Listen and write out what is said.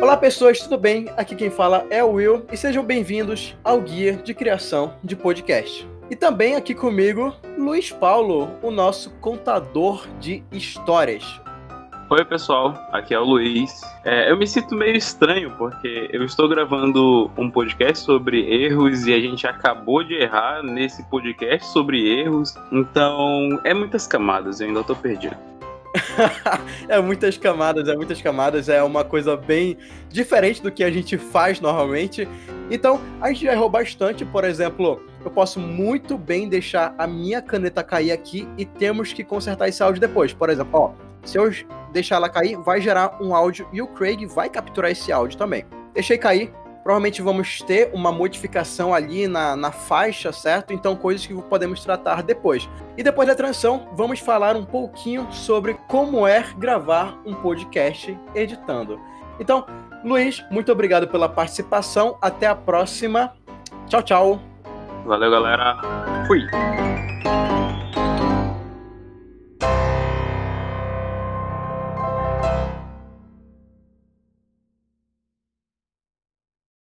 Olá pessoas, tudo bem? Aqui quem fala é o Will e sejam bem-vindos ao Guia de Criação de Podcast. E também aqui comigo, Luiz Paulo, o nosso contador de histórias. Oi pessoal, aqui é o Luiz. Eu me sinto meio estranho porque eu estou gravando um podcast sobre erros e a gente acabou de errar nesse podcast sobre erros, então é muitas camadas, eu ainda estou perdido. É muitas camadas, é uma coisa bem diferente do que a gente faz normalmente. Então, a gente já errou bastante, por exemplo, eu posso muito bem deixar a minha caneta cair aqui e temos que consertar esse áudio depois. Por exemplo, se eu deixar ela cair, vai gerar um áudio e o Craig vai capturar esse áudio também. Deixei cair. Provavelmente vamos ter uma modificação ali na faixa, certo? Então, coisas que podemos tratar depois. E depois da transição, vamos falar um pouquinho sobre como é gravar um podcast editando. Então, Luiz, muito obrigado pela participação. Até a próxima. Tchau, tchau. Valeu, galera. Fui.